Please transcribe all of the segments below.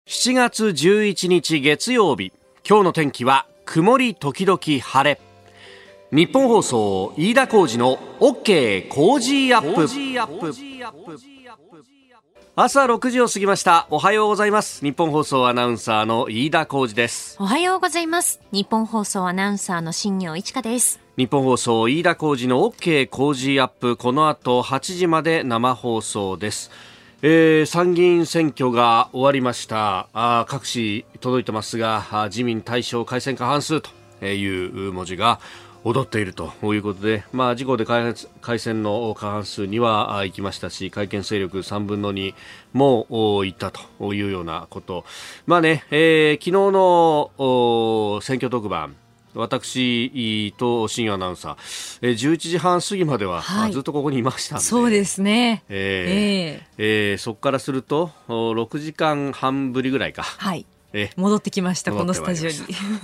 7月11日月曜日、今日の天気は曇り時々晴れ。日本放送飯田浩司の OK コージーアップ。朝6時を過ぎました。おはようございます。日本放送アナウンサーの飯田浩司です。 おはようございます。日本放送アナウンサーの新業一華です。 日本放送飯田浩司の OK コージーアップ、この後8時まで生放送です。参議院選挙が終わりました。各紙届いてますが、自民大勝改選過半数という文字が踊っているということで、自公で改選の過半数には行きましたし、改憲勢力3分の2も行ったというようなこと。昨日の選挙特番、私と新業アナウンサー、11時半過ぎまでは、ずっとここにいましたんで。 そうですね。 そこからすると6時間半ぶりぐらいか。 はい。戻ってきました、このスタジオに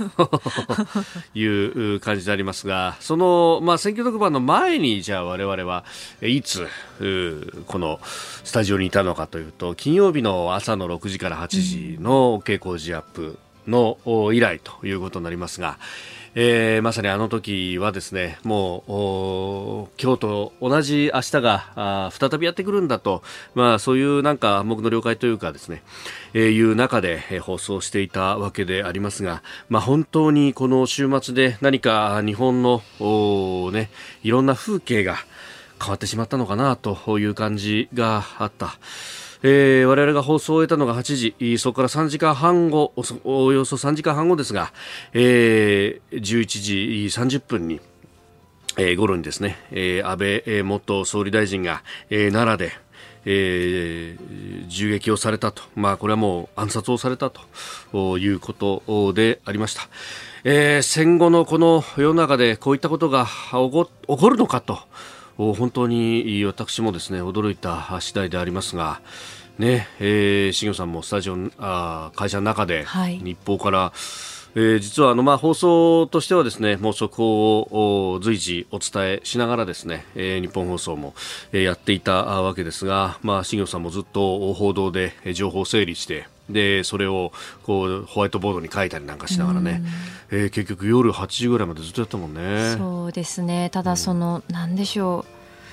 いう感じでありますが、その、選挙特番の前にじゃあ我々はいつこのスタジオにいたのかというと、金曜日の朝の6時から8時の OK 工事アップの以来ということになりますが、まさにあの時はですね、もう今日と同じ明日が再びやってくるんだと、そういうなんか暗黙の了解というかですね、いう中で放送していたわけでありますが、本当にこの週末で何か日本のいろんな風景が変わってしまったのかなという感じがあった。我々が放送を終えたのが8時、そこから3時間半後、およそ3時間半後ですが、11時30分に、頃にですね、安倍元総理大臣が、奈良で銃撃をされたと、これはもう暗殺をされたということでありました。戦後のこの世の中でこういったことが起こるのかと、本当に私もですね驚いた次第でありますがね、新業さんもスタジオ会社の中で、日報から、実は放送としてはですね、もう速報を随時お伝えしながらですね、日本放送も、やっていたわけですが、新業さんもずっと報道で情報を整理して、でそれをこうホワイトボードに書いたりなんかしながらね、結局夜8時ぐらいまでずっとやったもんね。 そうですね。ただなんでしょ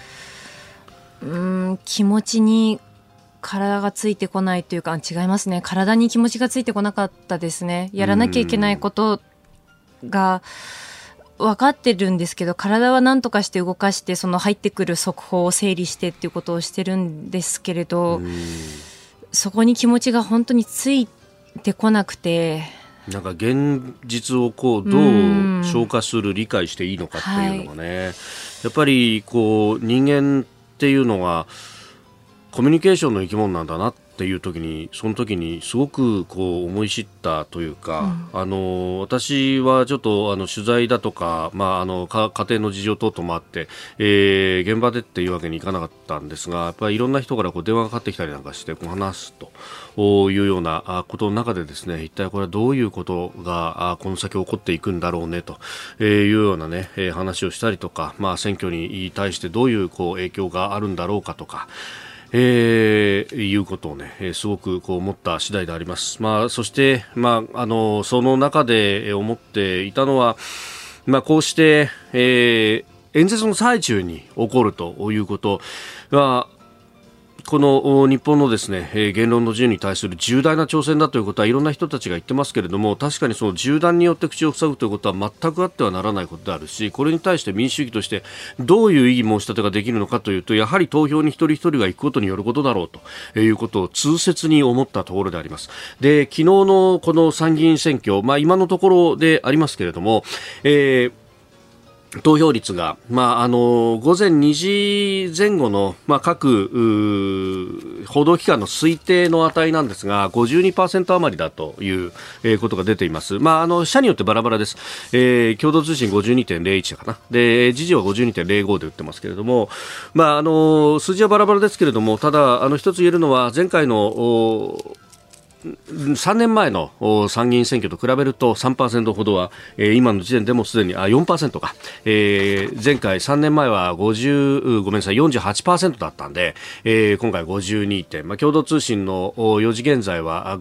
う、気持ちに体がついてこないというか、違いますね。体に気持ちがついてこなかったですね。やらなきゃいけないことが分かってるんですけど、体は何とかして動かして、その入ってくる速報を整理してっていうことをしてるんですけれど、そこに気持ちが本当についてこなくて、 なんか現実をこうどう消化する、理解していいのかっていうのがね、やっぱりこう人間っていうのはコミュニケーションの生き物なんだなっていう時に、その時にすごくこう思い知ったというか、私はちょっと取材だとか、家庭の事情等々もあって、現場でっていうわけにいかなかったんですが、やっぱりいろんな人からこう電話がかかってきたりなんかしてこう話すというようなことの中でですね、一体これはどういうことがこの先起こっていくんだろうねというようなね、話をしたりとか、選挙に対してどういう影響があるんだろうかとか、いうことをね、すごくこう思った次第であります。そして、その中で思っていたのは、こうして、演説の最中に起こるということは、この日本のですね、言論の自由に対する重大な挑戦だということはいろんな人たちが言ってますけれども、確かにその銃弾によって口を塞ぐということは全くあってはならないことであるし、これに対して民主主義としてどういう異議申し立てができるのかというと、やはり投票に一人一人が行くことによることだろうということを痛切に思ったところであります。で、昨日のこの参議院選挙、今のところでありますけれども、投票率が、午前2時前後の、各報道機関の推定の値なんですが 52% 余りだという、ことが出ています。社によってバラバラです。共同通信 52.01 かな。で、時事は 52.05 で売ってますけれども、数字はバラバラですけれども、ただ一つ言えるのは前回の 3年前の参議院選挙と比べると 3% ほどは、今の時点でもすでに4% か、前回3年前は48% だったんで、今回52点、共同通信の4時現在は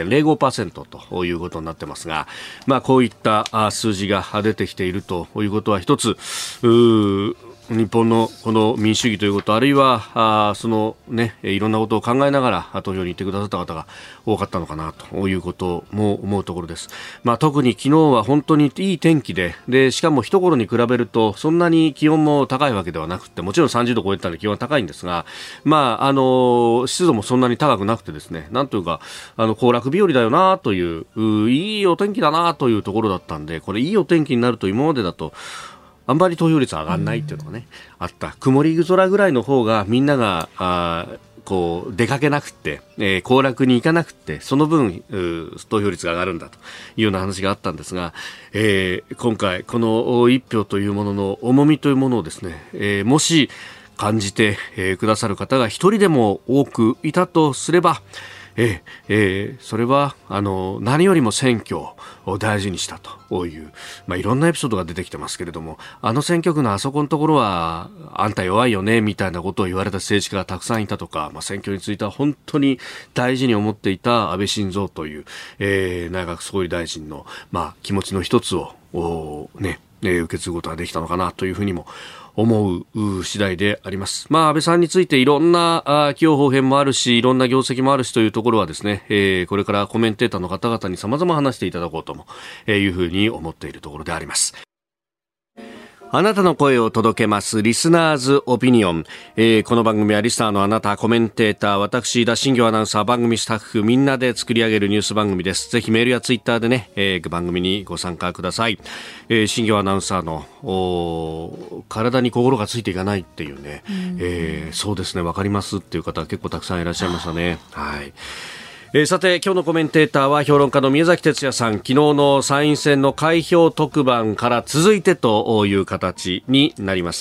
52.05% ということになってますが、こういった数字が出てきているということは一つ日本のこの民主主義ということ、あるいはいろんなことを考えながら投票に行ってくださった方が多かったのかなということも思うところです。特に昨日は本当にいい天気で、しかも一頃に比べるとそんなに気温も高いわけではなくて、もちろん30度超えてたら気温は高いんですが、湿度もそんなに高くなくてですね、なんというか行楽日和だよなという、いいお天気だなというところだったんで、これいいお天気になると今までだとあんまり投票率上がらないっていうのがね、あった。曇り空ぐらいの方がみんなが出かけなくて、行楽に行かなくて、その分投票率が上がるんだというような話があったんですが、今回この一票というものの重みというものをですね、もし感じて、くださる方が一人でも多くいたとすれば、それは何よりも選挙を大事にしたという、いろんなエピソードが出てきてますけれども、選挙区のあそこのところはあんた弱いよねみたいなことを言われた政治家がたくさんいたとか、選挙については本当に大事に思っていた安倍晋三という、内閣総理大臣の、気持ちの一つを受け継ぐことができたのかなというふうにも思う次第であります。安倍さんについていろんな起用法変もあるし、いろんな業績もあるしというところはですね、これからコメンテーターの方々に様々話していただこうともいうふうに思っているところであります。あなたの声を届けますリスナーズオピニオン、この番組はリスナーのあなた、コメンテーター、私田新行アナウンサー、番組スタッフみんなで作り上げるニュース番組です。ぜひメールやツイッターでね、番組にご参加ください。新行アナウンサーの体に心がついていかないっていうね、そうですね、わかりますっていう方結構たくさんいらっしゃいましたね。はい。さて今日のコメンテーターは評論家の宮崎哲也さん。昨日の参院選の開票特番から続いてという形になります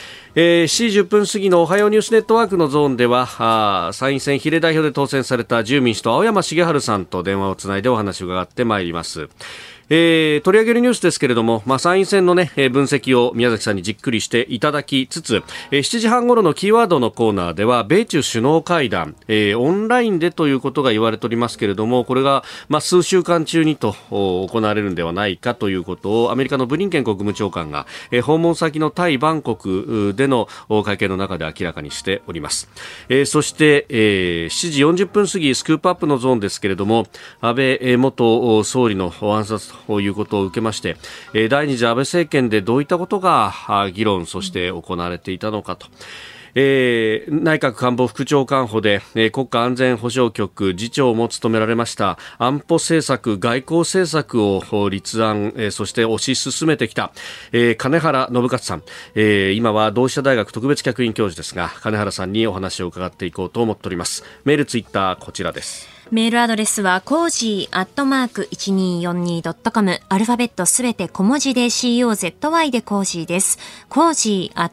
。7時10分過ぎのおはようニュースネットワークのゾーンでは参院選比例代表で当選された自由民主党青山茂春さんと電話をつないでお話を伺ってまいります。取り上げるニュースですけれども、参院選のね、分析を宮崎さんにじっくりしていただきつつ、7時半頃のキーワードのコーナーでは米中首脳会談、オンラインでということが言われておりますけれども、これが、数週間中にと行われるんではないかということをアメリカのブリンケン国務長官が、訪問先のタイ・バンコクでの会見の中で明らかにしております。そして、7時40分過ぎスクープアップのゾーンですけれども、安倍元総理の暗殺ということを受けまして、第二次安倍政権でどういったことが議論そして行われていたのかと、内閣官房副長官補で、国家安全保障局次長も務められました安保政策外交政策を立案、そして推し進めてきた、金原信勝さん、今は同志社大学特別客員教授ですが、金原さんにお話を伺っていこうと思っております。メールツイッターこちらです。 メールアドレスはコージー@1242.com、アルファベットすべて小文字で COZY でコージーです。コージー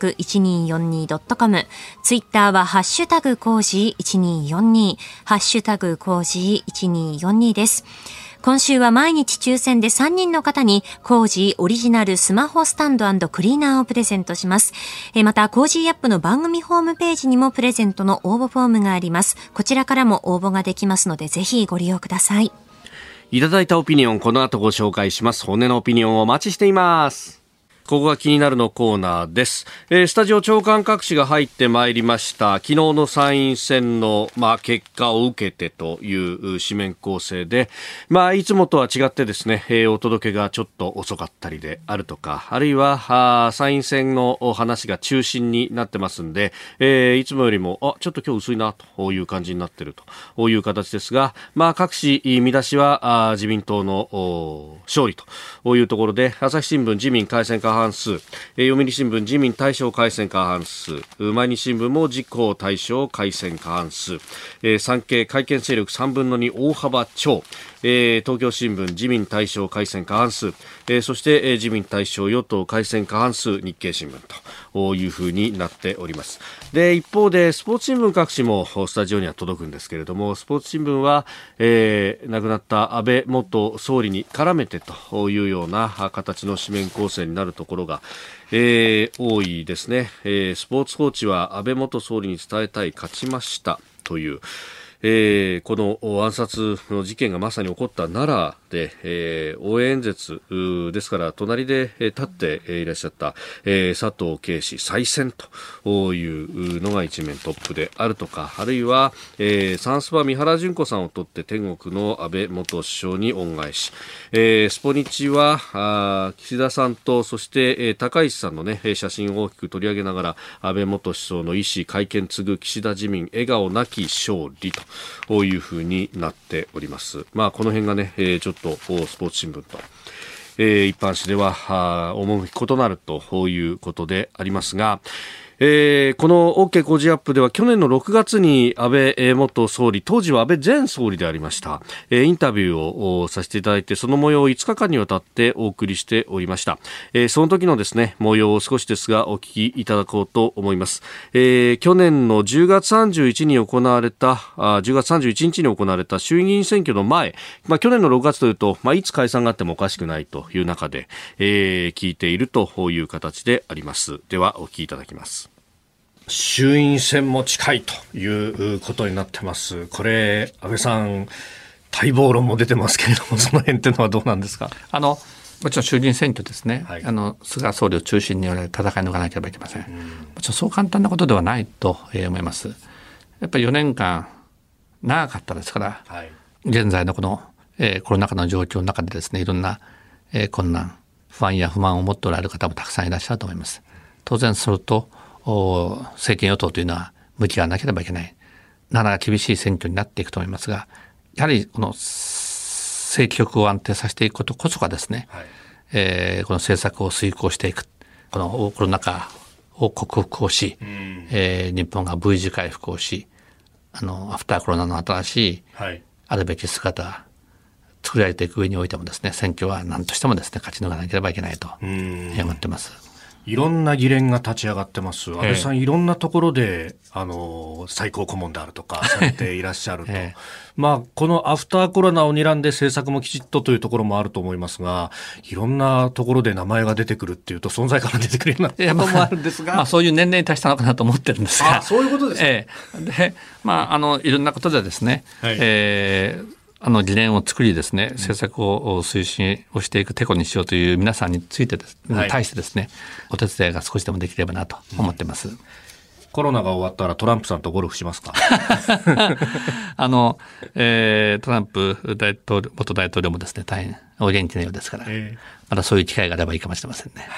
@1242.com、ツイッターはハッシュタグコージー1242、ハッシュタグコージー1242です。今週は毎日抽選で3人の方にコージーオリジナルスマホスタンド&クリーナーをプレゼントします。またコージーアップの番組ホームページにもプレゼントの応募フォームがあります。こちらからも応募ができますので、ぜひご利用ください。 いただいたオピニオン、この後ご紹介します。本音のオピニオンをお待ちしています。ここが気になるのコーナーです。スタジオ長官各紙が入ってまいりました。昨日の参院選の、結果を受けてという紙面構成で、いつもとは違ってですね、お届けがちょっと遅かったりであるとか、あるいは参院選の話が中心になってますんで、いつもよりもちょっと今日薄いなという感じになっているという形ですが、各紙見出しは自民党の勝利というところで、朝日新聞自民改選過半半数、読売新聞自民大勝改選過半数、毎日新聞も自公大勝改選過半数、産経改憲勢力3分の2大幅超、東京新聞自民大勝改選過半数、そして、自民大勝与党改選過半数日経新聞というふうになっております。で一方でスポーツ新聞各紙もスタジオには届くんですけれども、スポーツ新聞は、亡くなった安倍元総理に絡めてというような形の紙面構成になるところが、多いですね。スポーツ報知は安倍元総理に伝えたい勝ちましたという、この暗殺の事件がまさに起こった奈良で、応援演説ですから隣で立っていらっしゃった、佐藤啓氏再選というのが一面トップであるとか、あるいは、サンスバ三原純子さんを取って天国の安倍元首相に恩返し、スポニチは岸田さんとそして、高市さんの、ね、写真を大きく取り上げながら安倍元首相の意思会見継ぐ岸田自民笑顔なき勝利というふうになっております。まあ、この辺がね、ちょっとスポーツ新聞と、一般紙では趣異なるということでありますが、この OK 工事アップでは去年の6月に安倍元総理、当時は安倍前総理でありました、インタビューをさせていただいて、その模様を5日間にわたってお送りしておりました。その時のですね模様を少しですがお聞きいただこうと思います。去年の10月31日に行われた10月31日に行われた衆議院選挙の前、去年の6月というと、いつ解散があってもおかしくないという中で、聞いているという形であります。ではお聞きいただきます。衆院選も近いということになってます。これ安倍さん待望論も出てますけれども、その辺っていうのはどうなんですか。 もちろん衆議院選挙ですね、 はい、 菅総理を中心に戦い抜かなければいけません。もちろんそう簡単なことではないと思います。やっぱり4年間長かったですから、はい、現在のこの、コロナ禍の状況の中でですね、いろんな、困難不安や不満を持っておられる方もたくさんいらっしゃると思います。当然それと政権与党というのは向き合わなければいけない、なかなか厳しい選挙になっていくと思いますが、やはりこの政局を安定させていくことこそがですね、はい、この政策を遂行していく、このコロナ禍を克服をし、日本が V 字回復をし、アフターコロナの新しいあるべき姿作られていく上においてもですね、選挙は何としてもですね勝ち抜かなければいけないと思ってます。 いろんな議連が立ち上がってます。安倍さん、いろんなところで最高顧問であるとかされていらっしゃると、このアフターコロナを睨んで政策もきちっとというところもあると思いますが、いろんなところで名前が出てくるっていうと存在感が出てくるようなこともあるんですが、 そういう年齢に達したのかなと思ってるんですが、 そういうことですか。 で、いろんなことでですね、議連を作りですね、政策を推進をしていくテコにしようという皆さんについて対してですね、お手伝いが少しでもできればなと思ってます。 コロナが終わったらトランプさんとゴルフしますか。 トランプ元大統領もですね、大変お元気なようですから、またそういう機会があればいいかもしれませんね。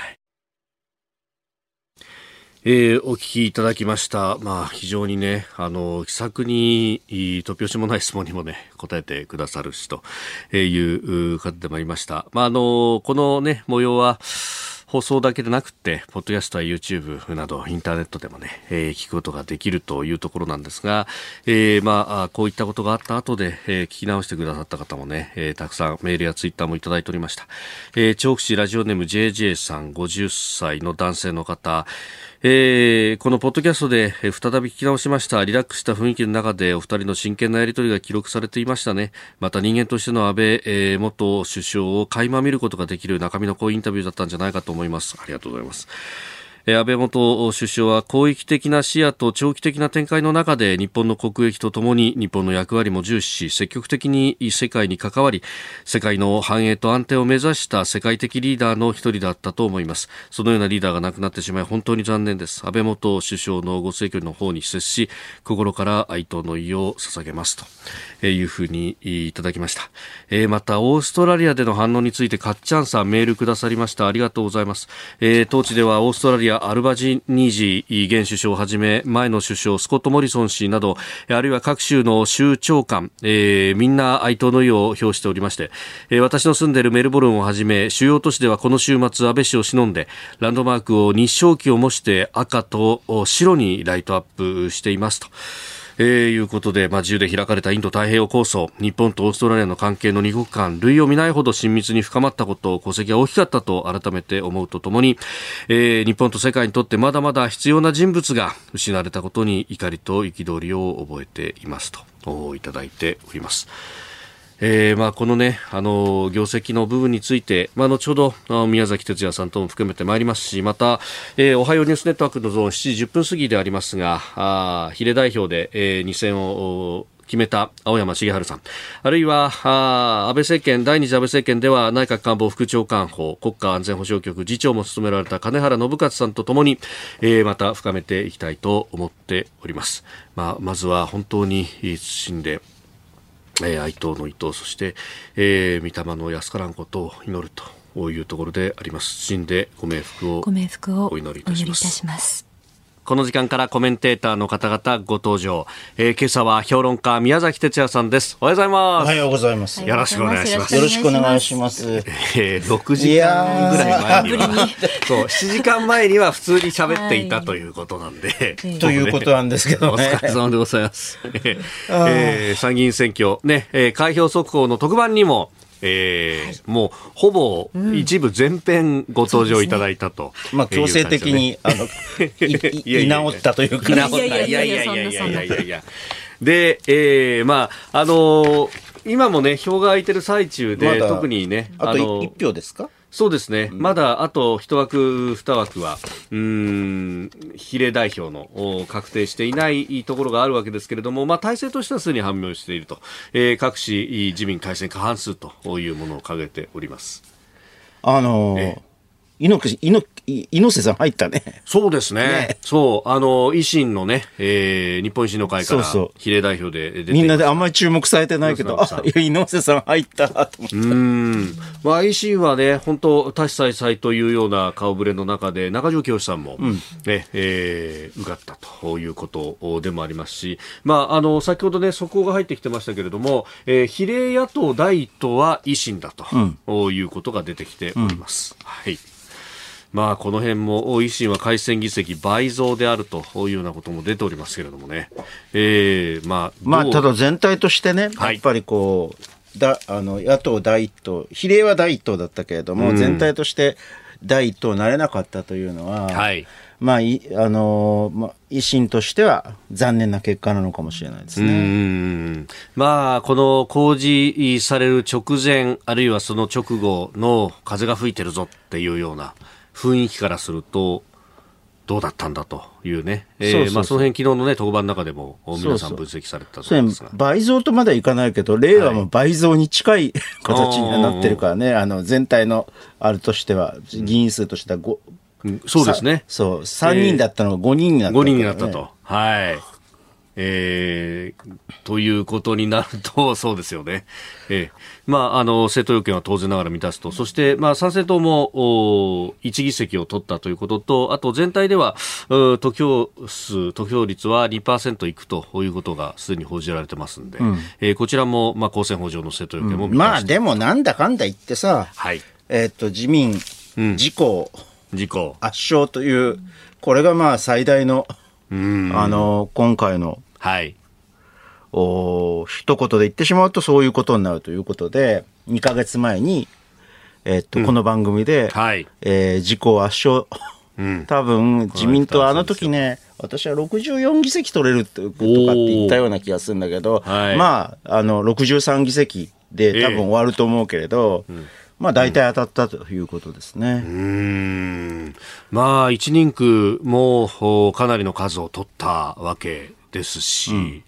お聞きいただきました。非常にね、気さくに突拍子もない質問にもね答えてくださるしという方でもありました。このね模様は放送だけでなくてポッドキャストや YouTube などインターネットでもね、聞くことができるというところなんですが、こういったことがあった後で、聞き直してくださった方もね、たくさんメールやツイッターもいただいておりました。調布市ラジオネーム JJ さん、50歳の男性の方、このポッドキャストで再び聞き直しました。リラックスした雰囲気の中でお二人の真剣なやり取りが記録されていましたね。また人間としての安倍、元首相を垣間見ることができる中身の濃いインタビューだったんじゃないかと思います。ありがとうございます。安倍元首相は広域的な視野と長期的な展開の中で日本の国益とともに日本の役割も重視し、積極的に世界に関わり、世界の繁栄と安定を目指した世界的リーダーの一人だったと思います。そのようなリーダーが亡くなってしまい本当に残念です。安倍元首相のご逝去の方に接し、心から哀悼の意を捧げますというふうにいただきました。またオーストラリアでの反応についてかっちゃんさんメールくださりました。ありがとうございます。当地ではオーストラリアア・アルバジニージ現首相をはじめ前の首相スコット・モリソン氏などあるいは各州の州長官、みんな哀悼の意を表しておりまして、私の住んでいるメルボルンをはじめ主要都市ではこの週末安倍氏を偲んでランドマークを日章旗を模して赤と白にライトアップしていますということで、自由で開かれたインド太平洋構想、日本とオーストラリアの関係の二国間、類を見ないほど親密に深まったこと、功績が大きかったと改めて思うとともに、日本と世界にとってまだまだ必要な人物が失われたことに怒りと憤りを覚えていますといただいております。このね、業績の部分について、後ほど宮崎哲也さんとも含めてまいりますし、また、おはようニュースネットワークのゾーン7時10分過ぎでありますが、比例代表で、2選を決めた青山茂春さん、あるいは安倍政権、第二次安倍政権では内閣官房副長官補、国家安全保障局次長も務められた金原信勝さんとともに、また深めていきたいと思っております。まずは本当に謹んで哀悼の意と、そして、御霊の安からんことを祈るというところであります。謹んでご冥福をお祈りいたします。この時間からコメンテーターの方々ご登場、今朝は評論家宮崎哲也さんです。おはようございます。 おはようございます。 よろしくお願いします。 よろしくお願いします。 6時間ぐらい前にはそう7時間前には普通に喋っていたということなんで、 ということなんですけどね。 お疲れ様でございます。参議院選挙ね、開票速報の特番にももうほぼ一部全編ご登場いただいたと、 強制的に居直ったというか、 いやで、今もね票が空いてる最中で、特にねあと1票ですか。 そうですね、まだあと1枠2枠は比例代表の確定していないところがあるわけですけれども、体制としてはすでに判明していると、各市自民改選過半数というものを掲げております。 猪瀬さん入ったね。 そうですね。そう、維新のね、日本維新の会から比例代表で出てみんなであんまり注目されてないけど、猪瀬さん入ったと思った。 維新はね、本当多種采々というような顔ぶれの中で、中条きよしさんも、受かったということでもありますし、先ほどね、速報が入ってきてましたけれども、比例野党第一党は維新だということが出てきております。はい。この辺も維新は改選議席倍増であるというようなことも出ておりますけれどもね。 ただ全体としてね、やっぱり野党第一党、比例は第一党だったけれども、全体として第一党なれなかったというのは、維新としては残念な結果なのかもしれないですね。 この公示される直前、あるいはその直後の風が吹いてるぞっていうような雰囲気からするとどうだったんだというね、その辺昨日のね特番の中でも皆さん分析されたと思いますが、 倍増とまだいかないけど、令和も倍増に近い形にはなってるからね、全体のあるとしては議員数としてはそうですね。 3人だったのが5人になった、 5人になったと。はい。ということになると、そうですよね。政党要件は当然ながら満たすと。そして、参政党も、1議席を取ったということと、あと全体では、得票率は 2% いくということがすでに報じられてますんで、こちらも、公選法上の政党要件も満たしてでもなんだかんだ言ってさ、自民、自公、圧勝という、これが最大の、今回の、一言で言ってしまうとそういうことになるということで、2ヶ月前に、この番組で、自公圧勝、多分自民党あの時ね、私は64議席取れるとかって言ったような気がするんだけど、63議席で多分終わると思うけれど、大体当たったということですね。 一人区もかなりの数を取ったわけですし、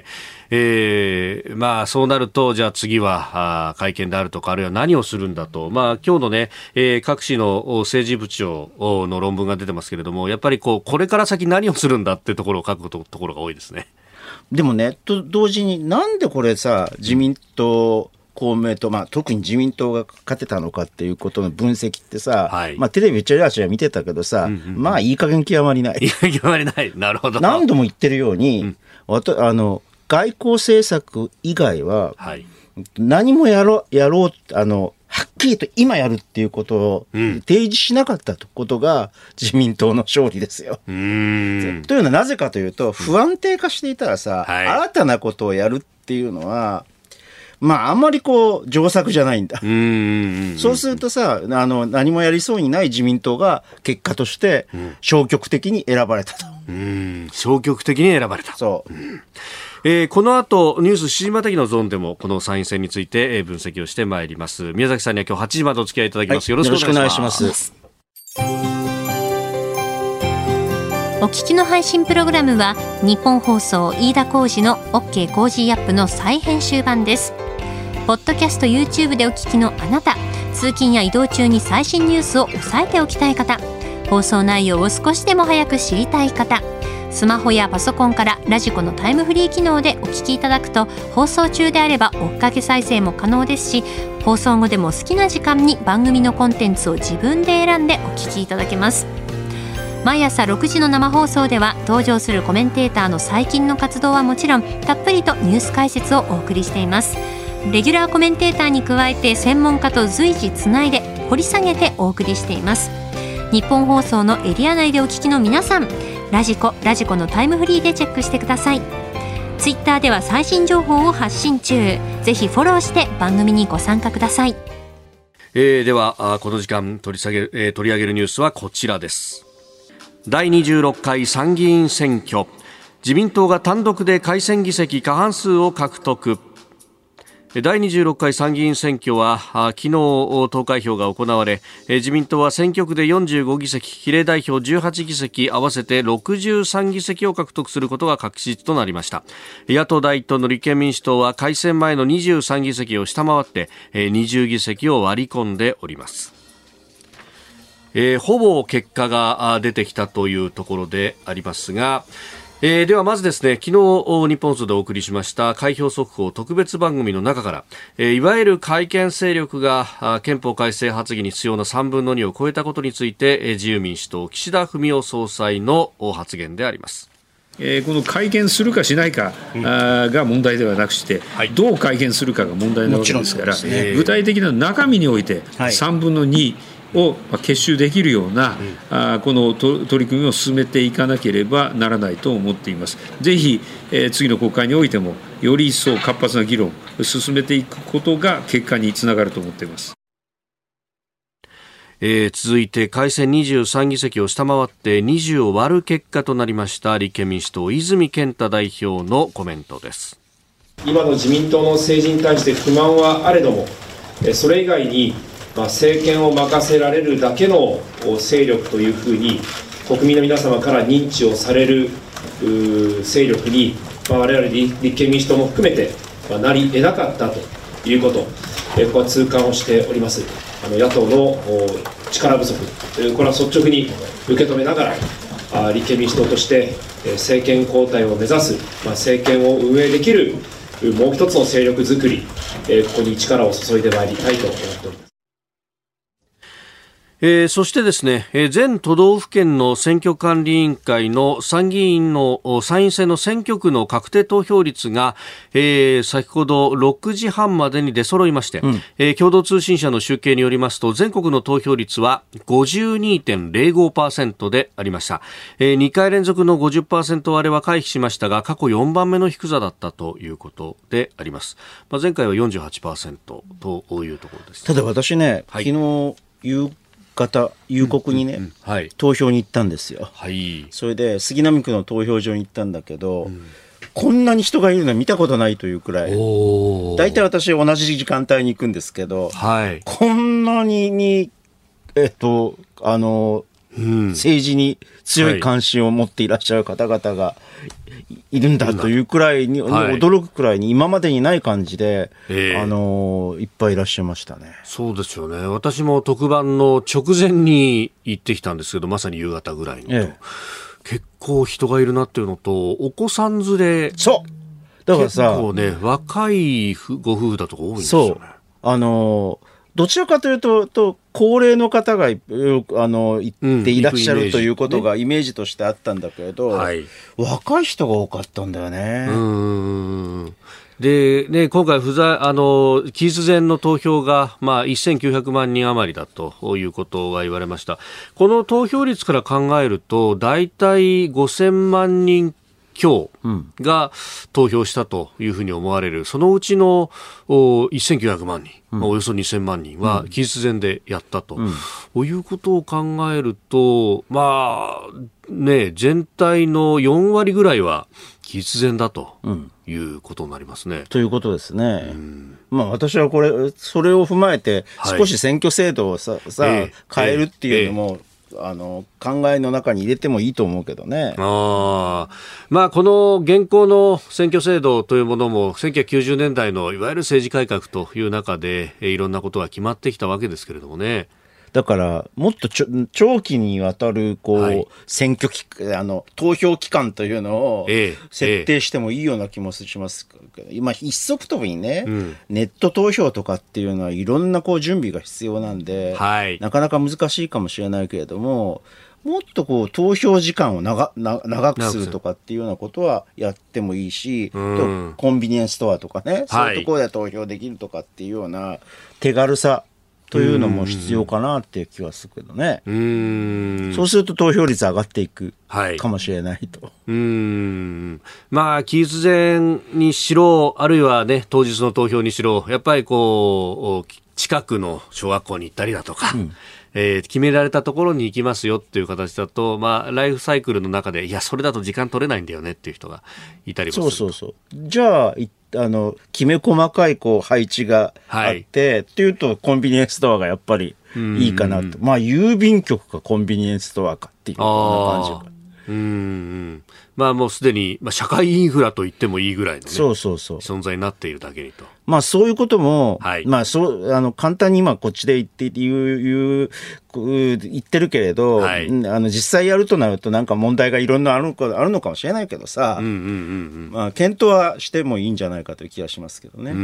そうなると、じゃあ次は会見であるとか、あるいは何をするんだと、今日のね、各紙の政治部長の論文が出てますけれども、やっぱりこれから先何をするんだってところを書くところが多いですね。 でもね、と同時になんでこれさ、自民党公明党、特に自民党が勝てたのかっていうことの分析ってさ、テレビちらちら見てたけどさ、いい加減極まりない。 いい加減極まりない。なるほど。 何度も言ってるように、外交政策以外は、何もやろう、はっきりと今やるっていうことを提示しなかったことが自民党の勝利ですよ。というのはなぜかというと、不安定化していたらさ、新たなことをやるっていうのは、あんまり上策じゃないんだ。そうするとさ、何もやりそうにない自民党が結果として消極的に選ばれたと。 消極的に選ばれた。 そう。 この後ニュース7時またぎのゾーンでもこの参院選について分析をしてまいります。宮崎さんには今日8時までお付き合いいただきます。よろしくお願いします。 お聞きの配信プログラムは日本放送飯田浩司の OK コージーアップの再編集版です。ポッドキャスト YouTube でお聞きのあなた、通勤や移動中に最新ニュースを押さえておきたい方、放送内容を少しでも早く知りたい方、スマホやパソコンからラジコのタイムフリー機能でお聞きいただくと、放送中であれば追っかけ再生も可能ですし、放送後でも好きな時間に番組のコンテンツを自分で選んでお聞きいただけます。毎朝6時の生放送では登場するコメンテーターの最近の活動はもちろん、たっぷりとニュース解説をお送りしています。レギュラーコメンテーターに加えて専門家と随時つないで掘り下げてお送りしています。日本放送のエリア内でお聞きの皆さん、ラジコのタイムフリーでチェックしてください。ツイッターでは最新情報を発信中。ぜひフォローして番組にご参加ください。 ではこの時間取り上げるニュースはこちらです。第26回参議院選挙、自民党が単独で改選議席過半数を獲得。第26回参議院選挙は昨日投開票が行われ、自民党は選挙区で45議席、比例代表18議席、合わせて63議席を獲得することが確実となりました。野党第一党の立憲民主党は改選前の23議席を下回って20議席を割り込んでおります。ほぼ結果が出てきたというところでありますが、ではまずですね、昨日日本放送でお送りしました開票速報特別番組の中から、いわゆる改憲勢力が憲法改正発議に必要な3分の2を超えたことについて、自由民主党岸田文雄総裁の発言であります。 この改憲するかしないかが問題ではなくして、どう改憲するかが問題なわけですから、具体的な中身において3分の2を結集できるような、この取り組みを進めていかなければならないと思っています。ぜひ、次の国会においてもより一層活発な議論を進めていくことが結果につながると思っています。 続いて改選23議席を下回って20を割る結果となりました立憲民主党泉健太代表のコメントです。 今の自民党の政治に対して不満はあれども、それ以外に政権を任せられるだけの勢力というふうに国民の皆様から認知をされる勢力に、我々立憲民主党も含めてなり得なかったということ、ここは痛感をしております。野党の力不足、これは率直に受け止めながら、立憲民主党として政権交代を目指す、政権を運営できるもう一つの勢力づくり、ここに力を注いでまいりたいと思っております。 そしてですね、全都道府県の選挙管理委員会の参院選の選挙区の確定投票率が、先ほど6時半までに出揃いまして、共同通信社の集計によりますと全国の投票率は 52.05% でありました。2回連続の 50% 割れは回避しましたが過去4番目の低さだったということであります。前回は 48% というところです。 ただ私ね、昨日夕刻にね、投票に行ったんですよ。それで杉並区の投票所に行ったんだけど、こんなに人がいるの見たことないというくらい、大体私同じ時間帯に行くんですけど、こんなに政治に強い関心を持っていらっしゃる方々がいるんだというくらいに、驚くくらいに今までにない感じで、いっぱいいらっしゃいましたね。 そうですよね。私も特番の直前に行ってきたんですけど、まさに夕方ぐらいに、結構人がいるなっていうのと、お子さん連れだからさ、 結構ね、若いご夫婦だとか多いんですよね。 そう。どちらかというと、高齢の方が行っていらっしゃるということがイメージとしてあったんだけれど、はい、若い人が多かったんだよね。 で、ね、今回期日前の投票が、1900万人余りだということが言われました。この投票率から考えると、だいたい5000万人強が投票したというふうに思われる、そのうちの1900万人、およそ2000万人は期日前でやったと、いうことを考えると、全体の4割ぐらいは期日前だということになりますね。 ということですね。私はそれを踏まえて少し選挙制度を変えるっていうのも、考えの中に入れてもいいと思うけどね。この現行の選挙制度というものも1990年代のいわゆる政治改革という中でいろんなことが決まってきたわけですけれどもね。 だからもっと長期にわたる選挙投票期間というのを設定してもいいような気もしますけど、今一足飛びにね、ネット投票とかっていうのはいろんな準備が必要なんで、なかなか難しいかもしれないけれども、もっと投票時間を長くするとかっていうようなことはやってもいいし、コンビニエンスストアとかね、そういうところで投票できるとかっていうような手軽さというのも必要かなっていう気はするけどね。そうすると投票率上がっていくかもしれないと。 期日前にしろ、あるいはね、当日の投票にしろ、やっぱり近くの小学校に行ったりだとか、決められたところに行きますよっていう形だと、ライフサイクルの中で、いや、それだと時間取れないんだよねっていう人がいたりもする。 そう。じゃあ、きめ細かい配置があって、っていうとコンビニエンスストアがやっぱりいいかなと。郵便局かコンビニエンスストアかっていうような感じが。 もうすでに、社会インフラと言ってもいいぐらいの、ね、存在になっているだけにと。 そういうことも、簡単に今こっちで言ってるけれど、実際やるとなるとなんか問題がいろんなあるのかもしれないけどさ、検討はしてもいいんじゃないかという気がしますけどね。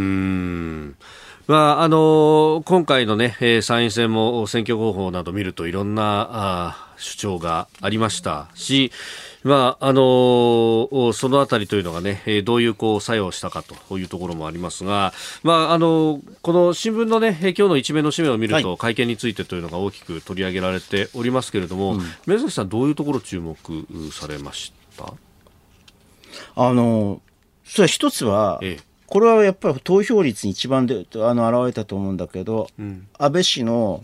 今回のね、参院選も選挙方法など見るといろんな主張がありましたし、そのあたりというのがね、どういう作用したかというところもありますが、この新聞のね、今日の一面の紙面を見ると、会見についてというのが大きく取り上げられておりますけれども、宮崎さん、どういうところ注目されました？ それ一つは、これはやっぱり投票率に一番現れたと思うんだけど、安倍氏の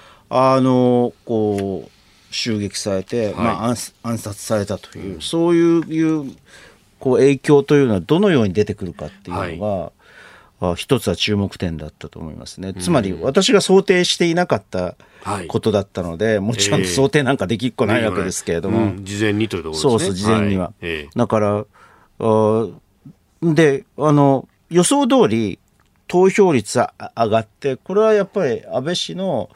襲撃されて、暗殺されたという、そういう影響というのはどのように出てくるかっていうのが、一つは注目点だったと思いますね。つまり私が想定していなかったことだったので、もちろん想定なんかできっこないわけですけれども、 事前にというところですね。 事前には。だから予想通り投票率は上がって、これはやっぱり安倍氏の、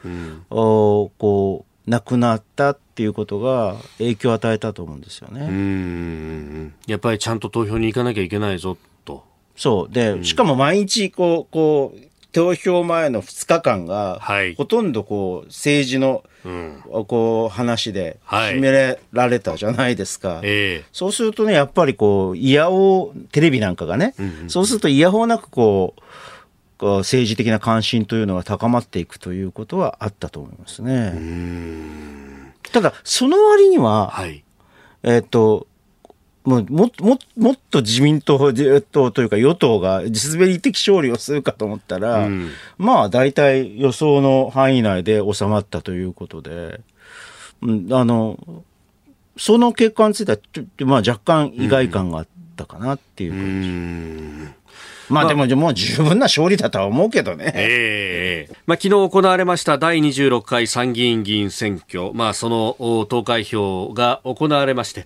亡くなったっていうことが影響を与えたと思うんですよね。 やっぱりちゃんと投票に行かなきゃいけないぞと。 そうで、しかも毎日投票前の2日間が、ほとんど政治の、話で決められたじゃないですか。そうするとね、やっぱりイヤホンテレビなんかがね、そうするとイヤホンなく政治的な関心というのが高まっていくということはあったと思いますね。ただその割には、もっと自民党というか与党が地滑り的勝利をするかと思ったら、大体予想の範囲内で収まったということで、その結果については若干意外感があったかなっていう感じ。でももう十分な勝利だとは思うけどね。 昨日行われました第26回参議院議員選挙、その投開票が行われまして、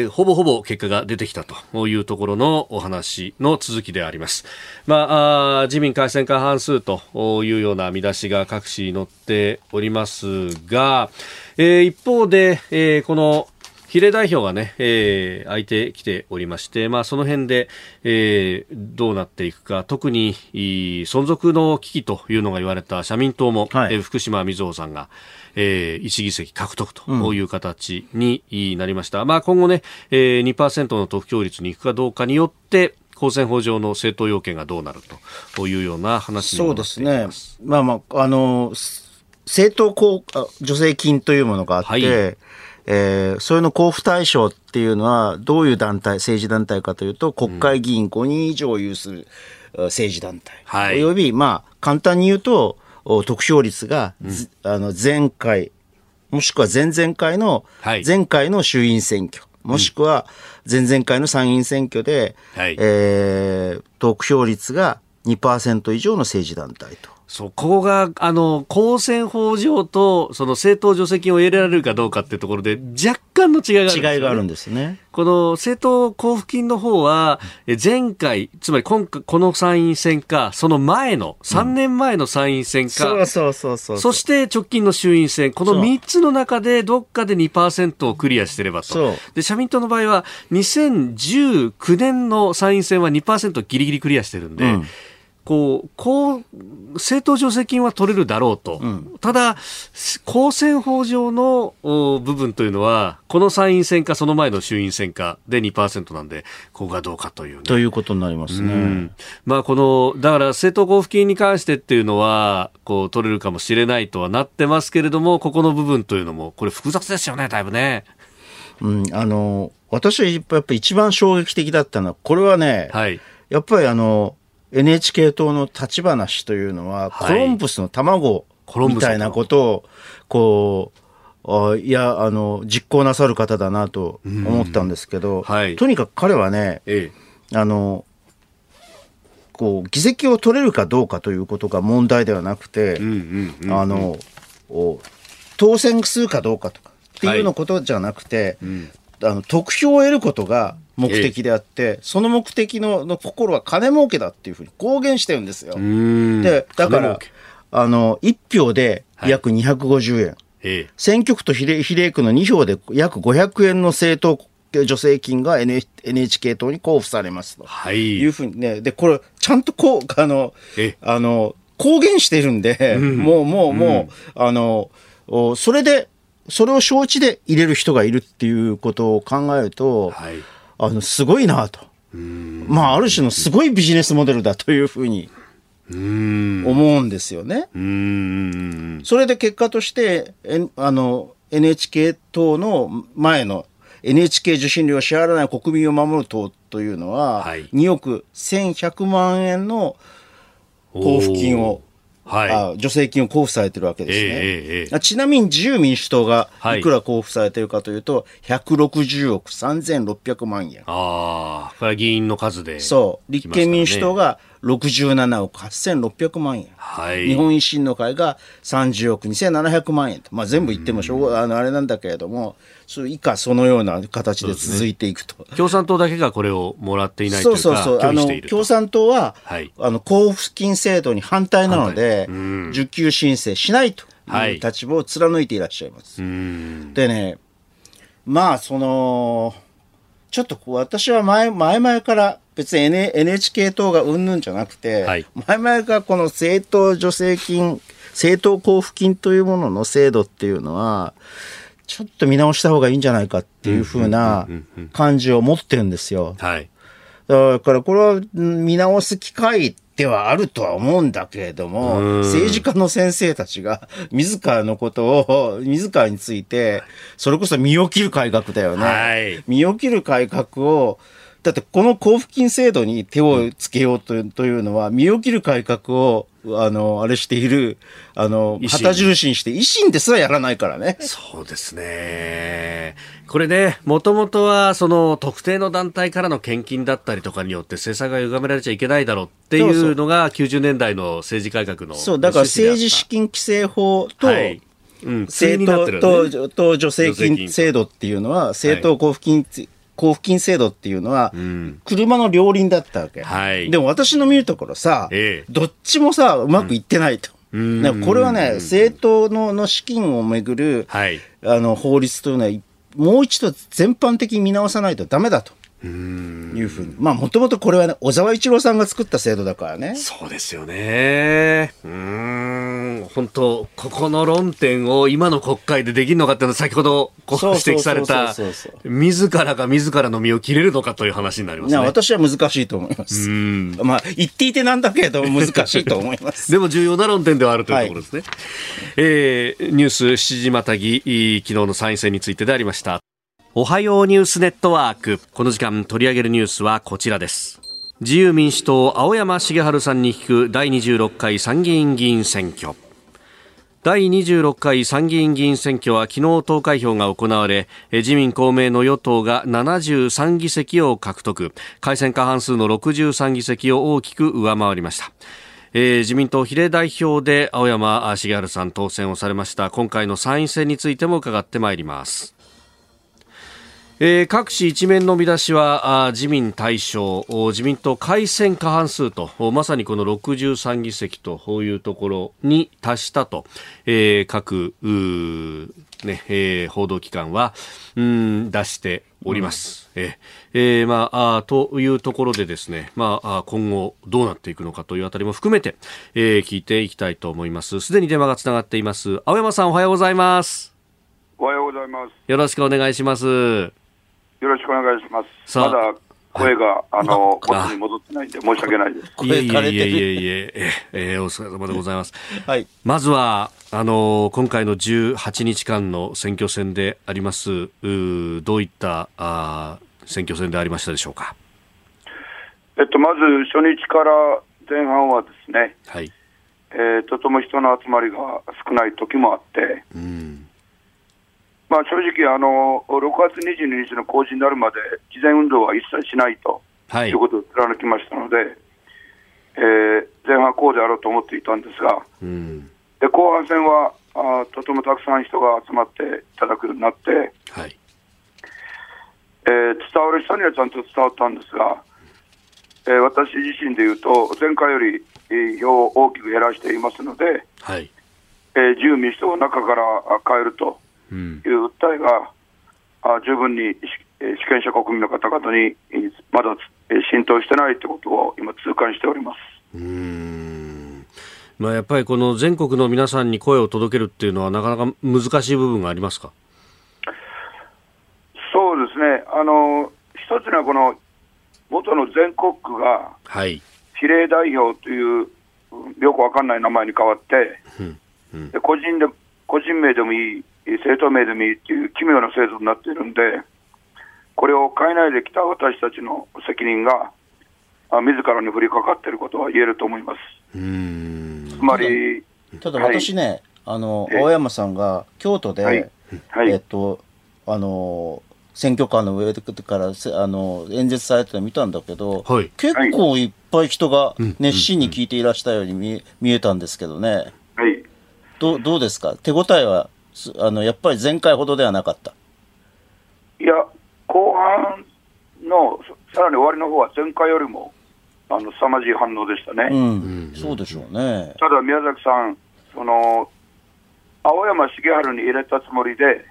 ほぼほぼ結果が出てきたというところのお話の続きであります。自民改選過半数というような見出しが各紙に載っておりますが、一方で、この比例代表がね、空いてきておりまして、その辺で、どうなっていくか、特に存続の危機というのが言われた社民党も、福島みずほさんが、1議席獲得という形になりました。今後ね、2% の得票率に行くかどうかによって、公選法上の政党要件がどうなるというような話にもなっています。 そうですね。政党助成金というものがあって、それの交付対象っていうのはどういう政治団体かというと、国会議員5人以上を有する政治団体、および簡単に言うと得票率が、前回もしくは前々回の、前回の衆院選挙もしくは前々回の参議院選挙で、得票率が 2% 以上の政治団体と。 そこが公選法上とその政党助成金を得られるかどうかっていうところで若干の違いがあるんですね。この政党交付金の方は前回、つまりこの参院選かその前の3年前の参院選か、そして直近の衆院選、この3つの中でどっかで 2% をクリアしてればと。で社民党の場合は2019年の参院選は 2% ギリギリクリアしてるんで、政党助成金は取れるだろうと、ただ公選法上の部分というのはこの参院選かその前の衆院選かで 2% なんで、ここがどうかという、 ということになりますね。 だから政党交付金に関してっていうのは取れるかもしれないとはなってますけれども、ここの部分というのもこれ複雑ですよね、だいぶね。 私はやっぱり一番衝撃的だったのはこれはね、やっぱりNHK 党の立花氏というのは、コロンブスの卵みたいなことを実行なさる方だなと思ったんですけど、とにかく彼はね、議席を取れるかどうかということが問題ではなくて、当選するかどうかとかっていうのことじゃなくて、得票を得ることが目的であって、その目的の心は金儲けだっていうふうに公言してるんですよ。でだから1票で約250円、選挙区と比例区の2票で約500円の政党助成金が NHK 党に交付されますというふうにね。でこれちゃんと公言してるんで、それを承知で入れる人がいるっていうことを考えると、すごいなと。ある種のすごいビジネスモデルだというふうに思うんですよね。それで結果として、NHK 党の前の NHK 受信料を支払わない国民を守る党というのは、2億1100万円の交付金を助成金を交付されてるわけですね。ちなみに自由民主党がいくら交付されてるかというと、160億3600万円。 これは議員の数で、 立憲民主党が67億8600万円、日本維新の会が30億2700万円と、全部言ってもあれなんだけれども、以下そのような形で続いていくと。 共産党だけがこれをもらっていないというか、拒否していると。 共産党は、交付金制度に反対なので、受給申請しないという立場を貫いていらっしゃいます。でね、ちょっと私は前々から別に NHK 党がうんぬんじゃなくて、前々からこの政党助成金、政党交付金というものの制度っていうのはちょっと見直した方がいいんじゃないかっていうふうな感じを持ってるんですよ。だからこれは見直す機会ではあるとは思うんだけれども、政治家の先生たちが自らのことを自らについてそれこそ身を切る改革だよね。身を切る改革を、だってこの交付金制度に手をつけようというのは、身を切る改革をあれしている旗印にして維新ですらやらないからね。 そうですね。これね、もともとはその特定の団体からの献金だったりとかによって政策が歪められちゃいけないだろうっていうのが90年代の政治改革の。 だから政治資金規正法と、政党助成金制度っていうのは、政党交付金制度っていうのは車の両輪だったわけ、でも私の見るところさ、どっちもさうまくいってないと、これはね、政党の資金をめぐる法律というのはもう一度全般的に見直さないとダメだというふうに。もともとこれはね、小沢一郎さんが作った制度だからね。 そうですよね。本当ここの論点を今の国会でできるのかっていうのは、先ほど指摘された自らが自らの身を切れるのかという話になりますね。 私は難しいと思います。言っていてなんだけれども難しいと思いますでも重要な論点ではあるというところですね。ニュース7時またぎ、昨日の参院選についてでありました。おはようニュースネットワーク。この時間取り上げるニュースはこちらです。自由民主党青山茂春さんに聞く第26回参議院議員選挙。第26回参議院議員選挙は昨日投開票が行われ、自民公明の与党が73議席を獲得、改選過半数の63議席を大きく上回りました。自民党比例代表で青山茂春さん当選をされました。今回の参院選についても伺ってまいります。各紙一面の見出しは自民大勝、自民党改選過半数と、まさにこの63議席というところに達したと、各、報道機関は出しております。というところでですね、今後どうなっていくのかというあたりも含めて、聞いていきたいと思います。すでに電話がつながっています。青山さん、おはようございます。 おはようございます。 よろしくお願いします。 よろしくお願いします。まだ声が元に戻ってないんで申し訳ないです。 いえ、お疲れ様でございます。まずは今回の18日間の選挙戦であります。どういった選挙戦でありましたでしょうか。 まず初日から前半はですね、とても人の集まりが少ない時もあって、正直6月22日の公示になるまで事前運動は一切しないということを貫きましたので、前半こうであろうと思っていたんですが、で後半戦はとてもたくさん人が集まっていただくようになって、伝わる人にはちゃんと伝わったんですが、私自身でいうと前回より票を大きく減らしていますので、自由民主党を中から変えるという訴えが十分に主権者国民の方々にまだ浸透してないということを今痛感しております。 やっぱりこの全国の皆さんに声を届けるっていうのはなかなか難しい部分がありますか。 そうですね、一つにはこの元の全国区が比例代表というよくわかんない名前に変わって、で個人名でもいい政党名でもいいという奇妙な制度になっているんで、これを変えないできた私たちの責任が自らに降りかかっていることは言えると思います。つまりただ私ね、青山さんが京都で、選挙カーの上から演説されてるの見たんだけど、結構いっぱい人が熱心に聞いていらしたように見えたんですけどね、どうですか、手応えはやっぱり前回ほどではなかった。 いや、後半のさらに終わりの方は前回よりも凄まじい反応でしたね。 そうでしょうね。 ただ宮崎さん、青山茂春に入れたつもりで、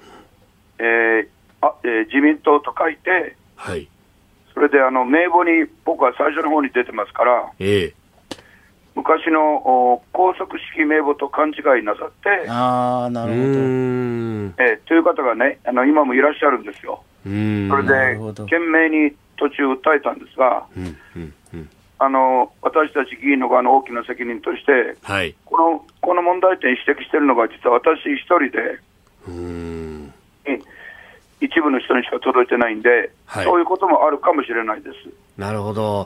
自民党と書いて、それで名簿に僕は最初の方に出てますから、昔の高速式名簿と勘違いなさって、 なるほど、 という方がね、今もいらっしゃるんですよ。それで懸命に途中訴えたんですが、私たち議員の側の大きな責任として、この問題点指摘しているのが実は私一人で、一部の人にしか届いてないんで、そういうこともあるかもしれないです。 なるほど。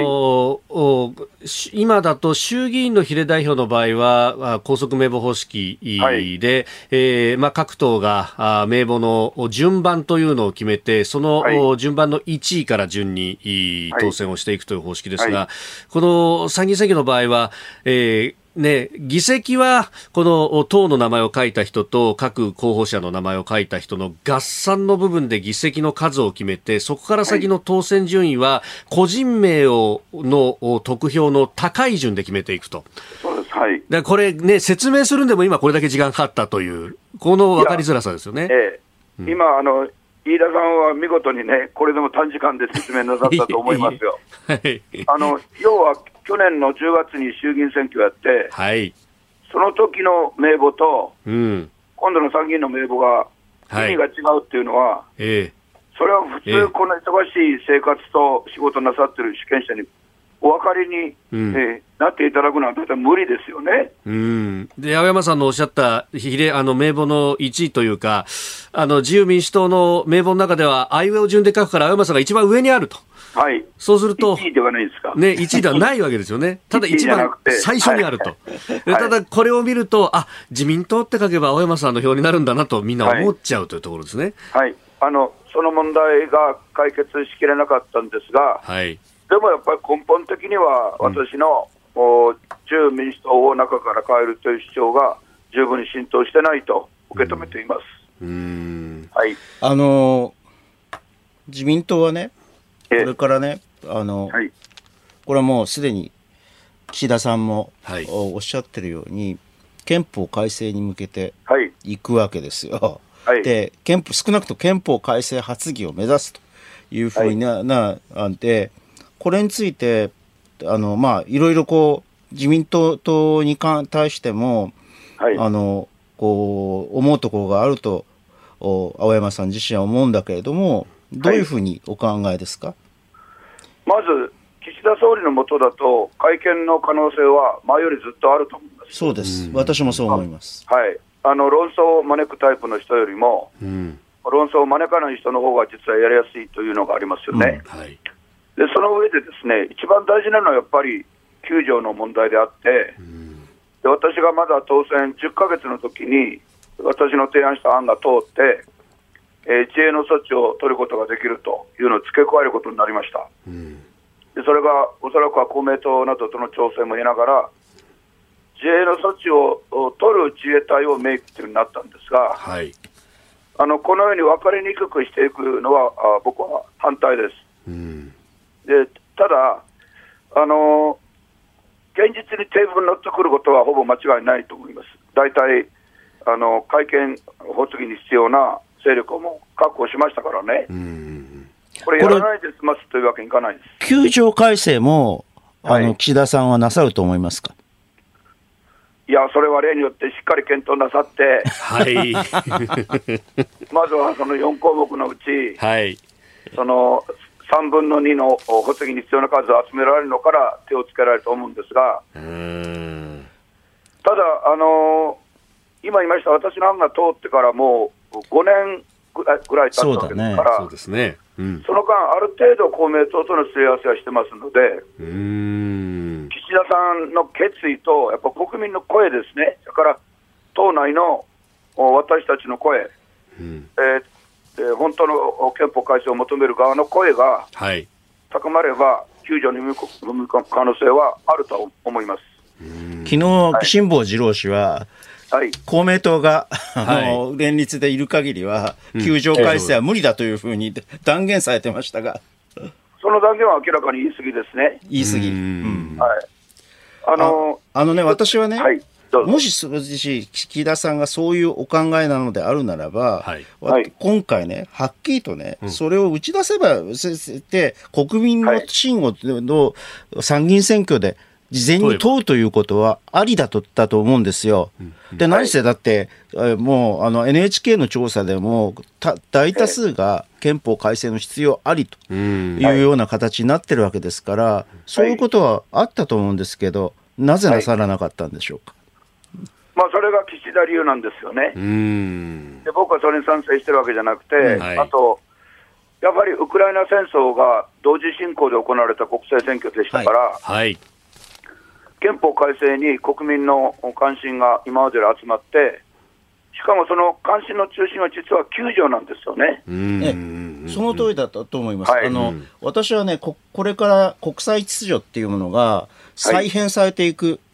今だと衆議院の比例代表の場合は高速名簿方式で、各党が名簿の順番というのを決めて、その順番の1位から順に当選をしていくという方式ですが、この参議院選挙の場合は、議席はこの党の名前を書いた人と各候補者の名前を書いた人の合算の部分で議席の数を決めて、そこから先の当選順位は個人名の得票の高い順で決めていくと。 そうです。 だからこれね、説明するんでも今これだけ時間かかったという、この分かりづらさですよね。 今飯田さんは見事にね、これでも短時間で説明なさったと思いますよ。要は去年の10月に衆議院選挙やって、はい、その時の名簿と、今度の参議院の名簿が意味が違うっていうのは、それは普通この忙しい生活と仕事なさってる主権者にお分かりに、なっていただくのは大体無理ですよね。 で、青山さんのおっしゃった名簿の1位というか、自由民主党の名簿の中ではあいうえお順で書くから青山さんが一番上にあると。はい。そうすると 1位ではないですか。 ね、1位ではないわけですよね。ただ一番最初にあると。ただこれを見ると、自民党って書けば青山さんの票になるんだなとみんな思っちゃうというところですね。 はい。その問題が解決しきれなかったんですが、はい。でもやっぱり根本的には私の自由民主党を中から変えるという主張が十分に浸透してないと受け止めています。はい、 自民党はね、これからね、はい、これはもうすでに岸田さんも、おっしゃってるように憲法改正に向けていくわけですよ。はい、で少なくとも憲法改正発議を目指すというふうになんで、これについていろいろ自民党に対しても、はい、思うところがあると青山さん自身は思うんだけれども、どういうふうにお考えですか？ まず岸田総理の下だと改憲の可能性は前よりずっとあると思います。 そうです、私もそう思います。 はい、論争を招くタイプの人よりも、論争を招かない人の方が実はやりやすいというのがありますよね。はい、でその上でですね、一番大事なのはやっぱり9条の問題であって、で私がまだ当選10ヶ月の時に私の提案した案が通って、自衛の措置を取ることができるというのを付け加えることになりました。でそれがおそらくは公明党などとの調整も得ながら自衛の措置を取る自衛隊を明記というようになったんですが、はい、このように分かりにくくしていくのは僕は反対です。でただ現実にテーブルに乗ってくることはほぼ間違いないと思います。大体改憲発議に必要な勢力をもう確保しましたからね。これやらないで済ますというわけにいかないです。 9条改正も岸田さんはなさると思いますか？ いや、それは例によってしっかり検討なさって、はい、まずはその4項目のうち、はい、その3分の2の発議に必要な数を集められるのから手をつけられると思うんですが、ただ今言いました私の案が通ってからもう5年ぐらい経ったわけですから、その間ある程度公明党とのすり合わせはしてますので、岸田さんの決意とやっぱ国民の声ですね、それから党内の私たちの声、本当の憲法改正を求める側の声が高まれば9条に踏み込む可能性はあると思います。 昨日、辛坊治郎氏は、公明党が連立でいる限りは9条改正は無理だというふうに断言されてましたが、 その断言は明らかに言い過ぎですね。 言い過ぎ。私はね、もし岸田さんがそういうお考えなのであるならば、今回ね、はっきりとね、それを打ち出せばて国民の信をの参議院選挙で事前に問うということはありだったと思うんですよ。で、何せだって、もうNHK の調査でも大多数が憲法改正の必要ありというような形になってるわけですから、そういうことはあったと思うんですけど、なぜなさらなかったんでしょうか。 それが岸田流なんですよね。で僕はそれに賛成してるわけじゃなくて、あとやっぱりウクライナ戦争が同時進行で行われた国政選挙でしたから、憲法改正に国民の関心が今までより集まって、しかもその関心の中心は実は9条なんですよね。 その通りだったと思います。私はね、これから国際秩序っていうものが再編されていく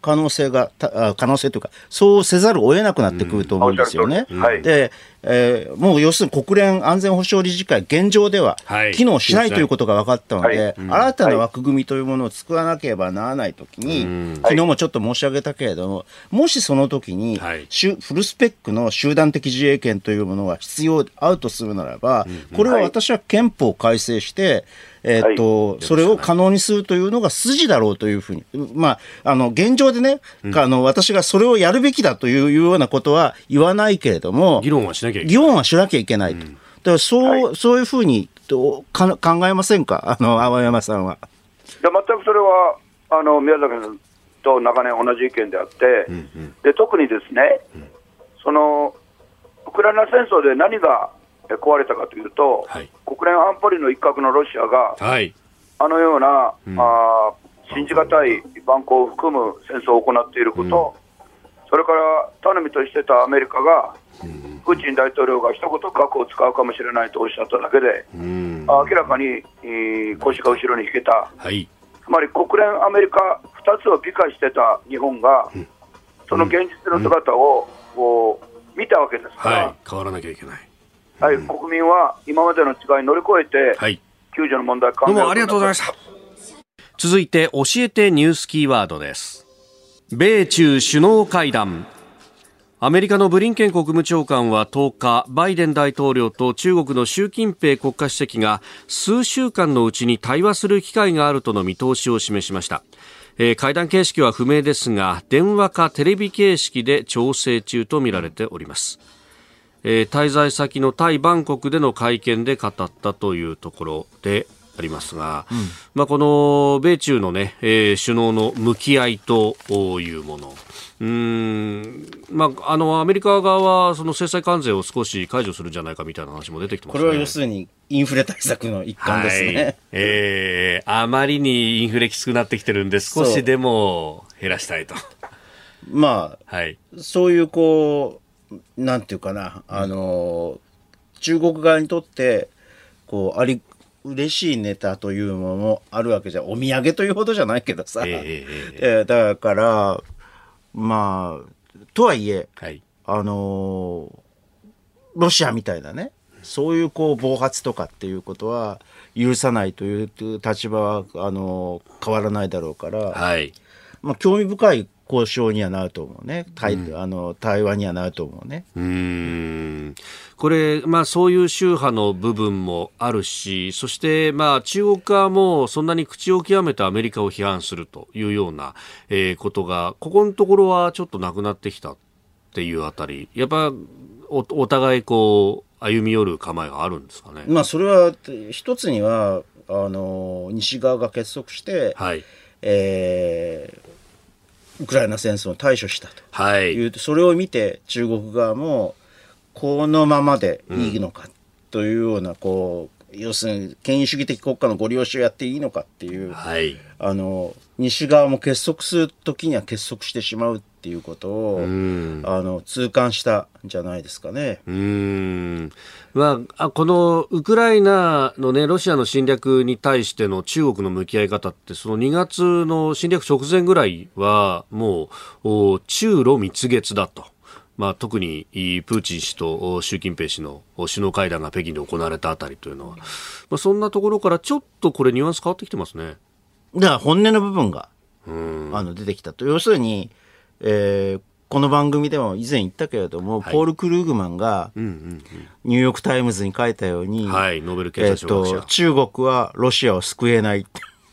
可能性というか、そうせざるを得なくなってくると思うんですよね。で、もう要するに国連安全保障理事会、現状では機能しないということが分かったので、新たな枠組みというものを作らなければならないときに、昨日もちょっと申し上げたけれども、もしその時に、フルスペックの集団的自衛権というものが必要あるとするならば、これは私は憲法を改正して、それを可能にするというのが筋だろうというふうに、現状でね、私がそれをやるべきだというようなことは言わないけれども、 議論はしなきゃいけないと。 だからそういうふうに考えませんか、青山さんは。 いや、全くそれは宮崎さんと長年同じ意見であって、で特にですね、そのウクライナ戦争で何が壊れたかというと、国連安保理の一角のロシアが、あのような、信じがたい蛮行を含む戦争を行っていること、それから頼みとしてたアメリカが、プーチン大統領が一言核を使うかもしれないとおっしゃっただけで、明らかに腰が後ろに引けた、つまり国連、アメリカ2つを美化してた日本が、その現実の姿を見たわけですから、 変わらなきゃいけない。 国民は今までの違い乗り越えて、救助の問題を考える。 どうもありがとうございました。続いて教えてニュースキーワードです。米中首脳会談。アメリカのブリンケン国務長官は10日、バイデン大統領と中国の習近平国家主席が数週間のうちに対話する機会があるとの見通しを示しました。会談形式は不明ですが、電話かテレビ形式で調整中とみられております。滞在先のタイ・バンコクでの会見で語ったというところでありますが、この米中の、首脳の向き合いというもの、アメリカ側はその制裁関税を少し解除するんじゃないかみたいな話も出てきてますね。 これは要するにインフレ対策の一環ですね。 あまりにインフレきつくなってきてるんで、少しでも減らしたいと。 そういうなんていうかな、中国側にとって嬉しいネタというものもあるわけじゃ、お土産というほどじゃないけどさ、だからとはいえ、ロシアみたいなね、そういう暴発とかっていうことは許さないという立場は変わらないだろうから、興味深い交渉にはなると思うね。対話にはなると思うね。 これ、そういう宗派の部分もあるし、そして、中国側もそんなに口を極めてアメリカを批判するというような、ことが、ここのところはちょっとなくなってきたっていうあたり、やっぱお互い歩み寄る構えがあるんですかね。 それは一つには西側が結束して、ウクライナ戦争に対処したという、それを見て中国側もこのままでいいのかというような、要するに権威主義的国家のご利用しをやっていいのかっていう、西側も結束するときには結束してしまうっていうことを痛感したんじゃないですかね。 このウクライナのロシアの侵略に対しての中国の向き合い方って、その2月の侵略直前ぐらいはもう中ロ蜜月だと。特にプーチン氏と習近平氏の首脳会談が北京で行われたあたりというのは、そんなところからちょっとこれニュアンス変わってきてますね。 だから本音の部分が出てきたと。要するに、この番組でも以前言ったけれども、ポール・クルーグマンがニューヨーク・タイムズに書いたように、 ノーベル経済賞学者、 中国はロシアを救えない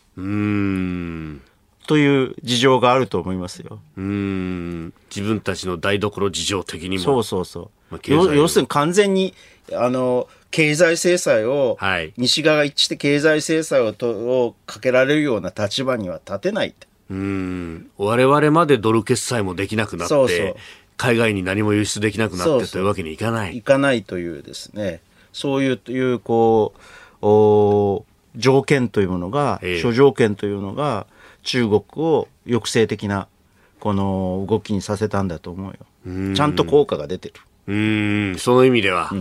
という事情があると思いますよ。 自分たちの台所事情的にも。 要するに完全に経済制裁を、西側が一致して経済制裁をかけられるような立場には立てない。 我々までドル決済もできなくなって、海外に何も輸出できなくなってというわけにいかない。 いかないというですね、そういう条件というものが、諸条件というのが中国を抑制的なこの動きにさせたんだと思うよ。ちゃんと効果が出てる。 その意味では、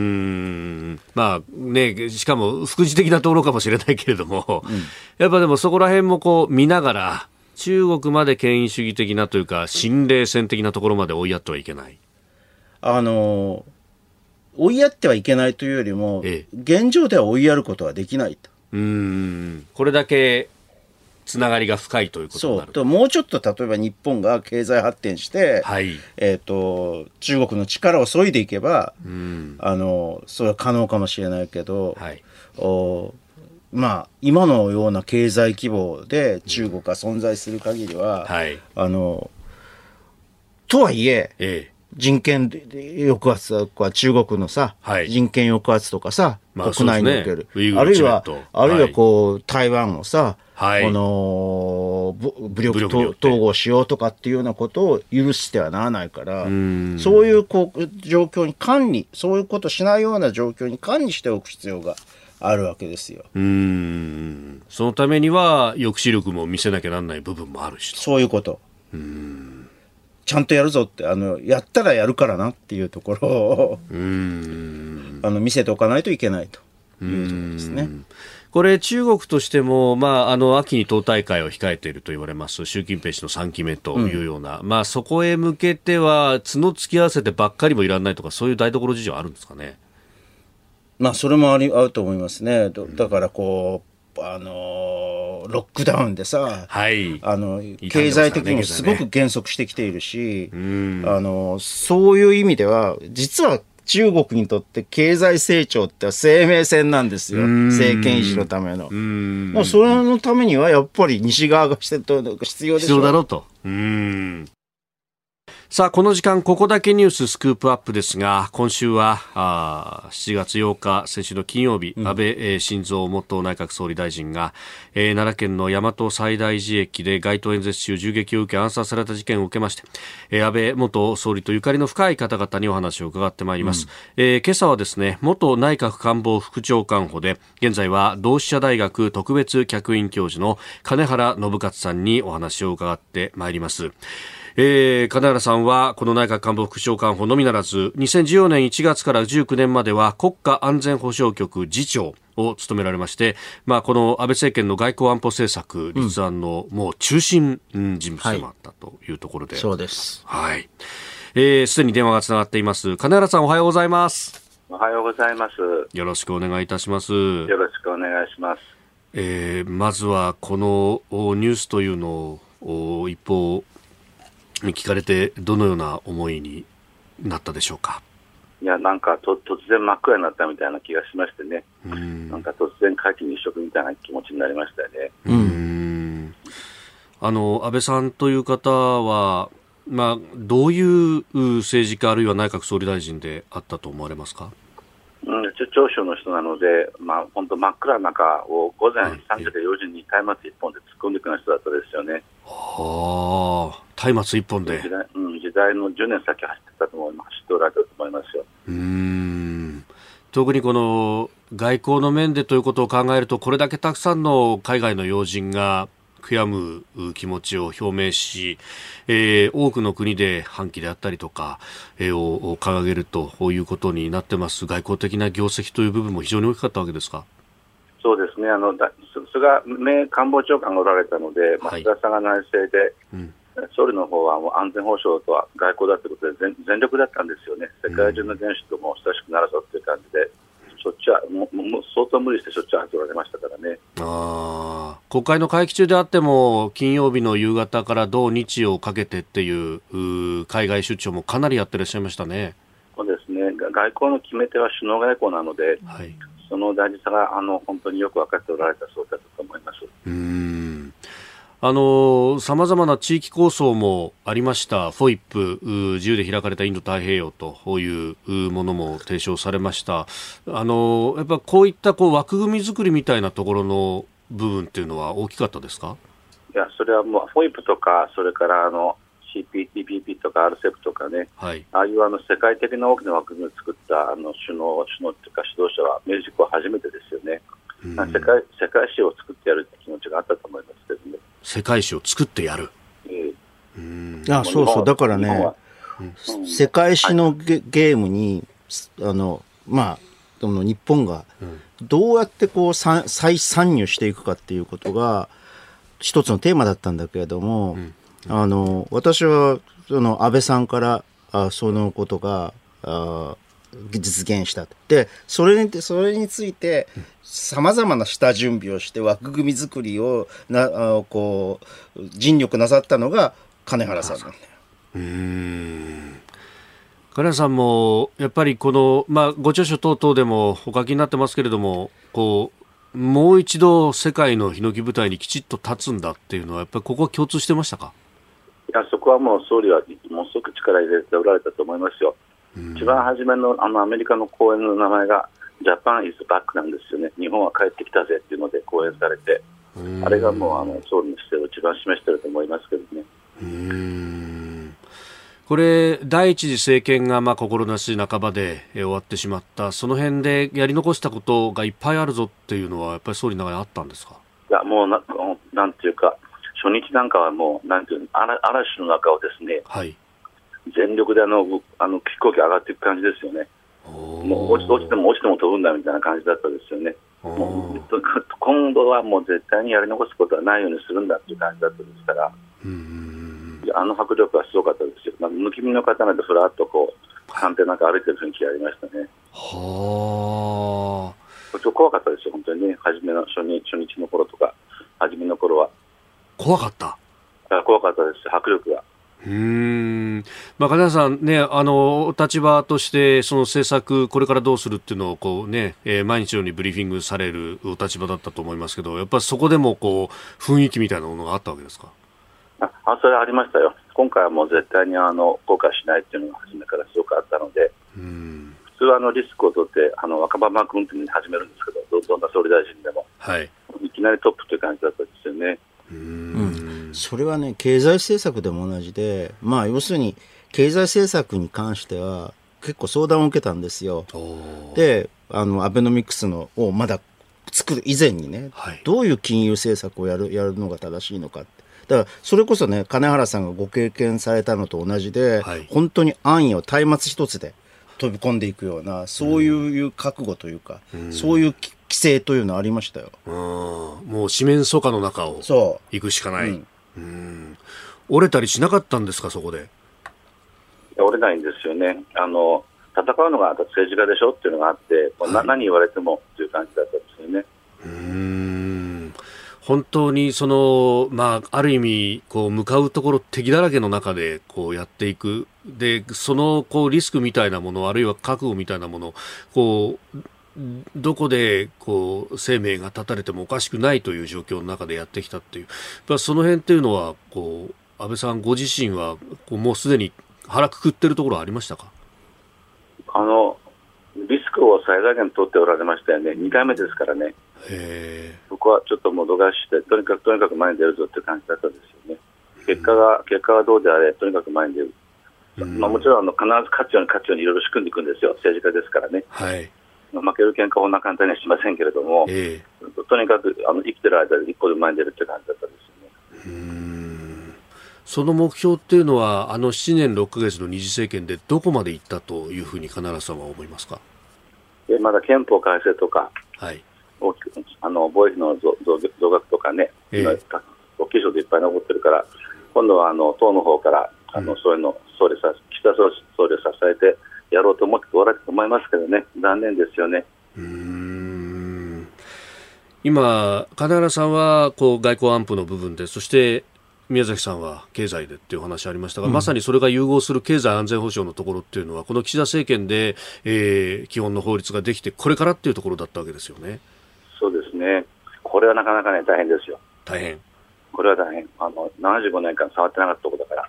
しかも副次的なところかもしれないけれども、やっぱでもそこら辺も見ながら中国まで権威主義的なというか新冷戦的なところまで追いやってはいけない。 追いやってはいけないというよりも、現状では追いやることはできないと。 これだけつながりが深いということになる。 そうもうちょっと例えば日本が経済発展して、中国の力を削いでいけば、それは可能かもしれないけど、今のような経済規模で中国が存在する限りは、とはいえ、人権抑圧とか中国のさ、人権抑圧とかさ、国内における、あるいはこう台湾をさ、武力統合しようとかっていうようなことを許してはならないから、そういう状況にそういうことしないような状況に管理しておく必要があるわけですよ。 そのためには抑止力も見せなきゃならない部分もあるし、 そういうこと。ちゃんとやるぞって、やったらやるからなっていうところを見せておかないといけないというところですね。 これ中国としても、秋に党大会を控えていると言われます習近平氏の3期目というような、そこへ向けては角突き合わせてばっかりもいらないとか、そういう台所事情あるんですかね。 それもあると思いますね。だからロックダウンでさ、経済的にもすごく減速してきているし、そういう意味では実は中国にとって経済成長って生命線なんですよ。政権維持のための。もうそれのためにはやっぱり西側が必要でしょ。 必要だろうと。さあこの時間ここだけニューススクープアップですが、今週は7月8日先週の金曜日、安倍晋三元内閣総理大臣が、奈良県の大和西大寺駅で街頭演説中銃撃を受け暗殺された事件を受けまして、安倍元総理とゆかりの深い方々にお話を伺ってまいります。今朝はですね、元内閣官房副長官補で現在は同志社大学特別客員教授の金原信勝さんにお話を伺ってまいります。金原さんはこの内閣官房副長官補のみならず2014年1月から19年までは国家安全保障局次長を務められまして、この安倍政権の外交安保政策立案のもう中心人物でもあったというところで、 そうです。 すでに電話がつながっています。金原さんおはようございます。 おはようございます。 よろしくお願いいたします。 よろしくお願いします。 まずはこのニュースというのを一報聞かれてどのような思いになったでしょうか。 いや、なんか突然真っ暗になったみたいな気がしましてね、なんか突然皆既日食みたいな気持ちになりましたよね。 安倍さんという方は、どういう政治家あるいは内閣総理大臣であったと思われますか。 長所の人なので、本当真っ暗な中を午前3時で4時に松明一本で突っ込んでいくような人だったですよね。 松明一本で時代の10年先走ってたと思います。走っておられたと思いますよ。 特にこの外交の面でということを考えると、これだけたくさんの海外の要人が悔やむ気持ちを表明し、多くの国で反旗であったりとか、を掲げるということになってます。外交的な業績という部分も非常に大きかったわけですか。 そうですね。菅名官房長官がおられたので、菅さんが内政で、総理の方はもう安全保障とは外交だということで全力だったんですよね。世界中の元首とも親しくなるぞという感じで、そっちはもう相当無理してそっちは外られましたからね。 国会の会期中であっても金曜日の夕方から土日をかけてっていう海外出張もかなりやってらっしゃいましたね。 そうですね。外交の決め手は首脳外交なので、その大事さが本当によく分かっておられたそうだと思います。 様々な地域構想もありました。FOIP、自由で開かれたインド太平洋というものも提唱されました。やっぱこういった枠組み作りみたいなところの部分っていうのは大きかったですか。 いや、それはもう FOIP とか、それからCPTPP とか RCEP とかね、ああいう世界的な大きな枠組みを作った首脳というか指導者は明治以降初めてですよね。世界史を作ってやるって気持ちがあったと思いますけどね。 世界史を作ってやる。 そうそう。だからね、世界史のゲームに日本がどうやって再参入していくかっていうことが一つのテーマだったんだけれども、私はその安倍さんからそのことが実現したと。でそれについてさまざまな下準備をして枠組み作りをこう尽力なさったのが金原さんなんだよ。 金原さんもやっぱりこの、ご著書等々でもお書きになってますけれども、こうもう一度世界のヒノキ舞台にきちっと立つんだっていうのはやっぱりここは共通してましたか？ いや、そこはもう総理はものすごく力入れておられたと思いますよ。一番初めのアメリカの講演の名前がジャパンイズバックなんですよね。日本は帰ってきたぜっていうので講演されて、あれがもう総理の姿勢を一番示していると思いますけどね。 これ第一次政権が心なし半ばで終わってしまった、その辺でやり残したことがいっぱいあるぞっていうのはやっぱり総理の中にあったんですか？ いや、もうなんていうか、初日なんかはもうなんていう嵐の中をですね、全力で飛行機上がっていく感じですよね。もう落ちても飛ぶんだみたいな感じだったですよね。もう今度はもう絶対にやり残すことはないようにするんだっていう感じだったですから、迫力はすごかったですよ。抜き身の方なんでふらっとこう官邸なんか歩いてる雰囲気がありましたね。怖かったですよ本当にね。初日の頃とか初めの頃は怖かった。 怖かったです。迫力が。 金原さんね、立場としてその政策これからどうするっていうのをこうね、毎日のようにブリーフィングされるお立場だったと思いますけど、やっぱりそこでもこう雰囲気みたいなものがあったわけですか？ それはありましたよ。今回はもう絶対に後悔しないっていうのが初めからすごくあったので、普通はリスクを取って若葉マーク運転に始めるんですけど、どんな総理大臣でも、いきなりトップという感じだったんですよね。 それはね、経済政策でも同じで、要するに経済政策に関しては結構相談を受けたんですよ。でアベノミクスをまだ作る以前にね、どういう金融政策をやるのが正しいのかって。だからそれこそね、金原さんがご経験されたのと同じで、本当に安易を松明一つで飛び込んでいくような、そういう覚悟というか、そういう規制というのはありましたよ。 もう四面楚歌の中を行くしかない。折れたりしなかったんですか？そこで。 折れないんですよね。戦うのが政治家でしょっていうのがあって、何言われてもっていう感じだったんですよね。 本当にある意味向かうところ敵だらけの中でやっていく。でそのリスクみたいなもの、あるいは覚悟みたいなものどこで生命が絶たれてもおかしくないという状況の中でやってきたっていう、その辺っていうのは安倍さんご自身はもうすでに腹くくってるところはありましたか？ リスクを最大限取っておられましたよね。2回目ですからね。僕はちょっともどかしてとにかく前に出るぞっていう感じだったんですよね。結果がどうであれとにかく前に出る。もちろん必ず勝つようにいろいろ仕組んでいくんですよ。政治家ですからね。負ける喧嘩を簡単にはしませんけれども、とにかく生きてる間で一歩で前に出るって感じだったんですよね。 その目標っていうのは7年6ヶ月の二次政権でどこまでいったというふうに金原さんは思いますか？ まだ憲法改正とか、防衛費の増額とかね、大きい賞でいっぱい残ってるから、今度は党の方からそういうの岸田総理を支えてやろうと思っておられると思いますけどね、残念ですよね。 今金原さんは外交安保の部分で、そして宮崎さんは経済でっていう話ありましたが、まさにそれが融合する経済安全保障のところっていうのはこの岸田政権で、基本の法律ができてこれからっていうところだったわけですよね。 そうですね。これはなかなかね大変ですよ。 大変。 これは大変。75年間触ってなかったところだから。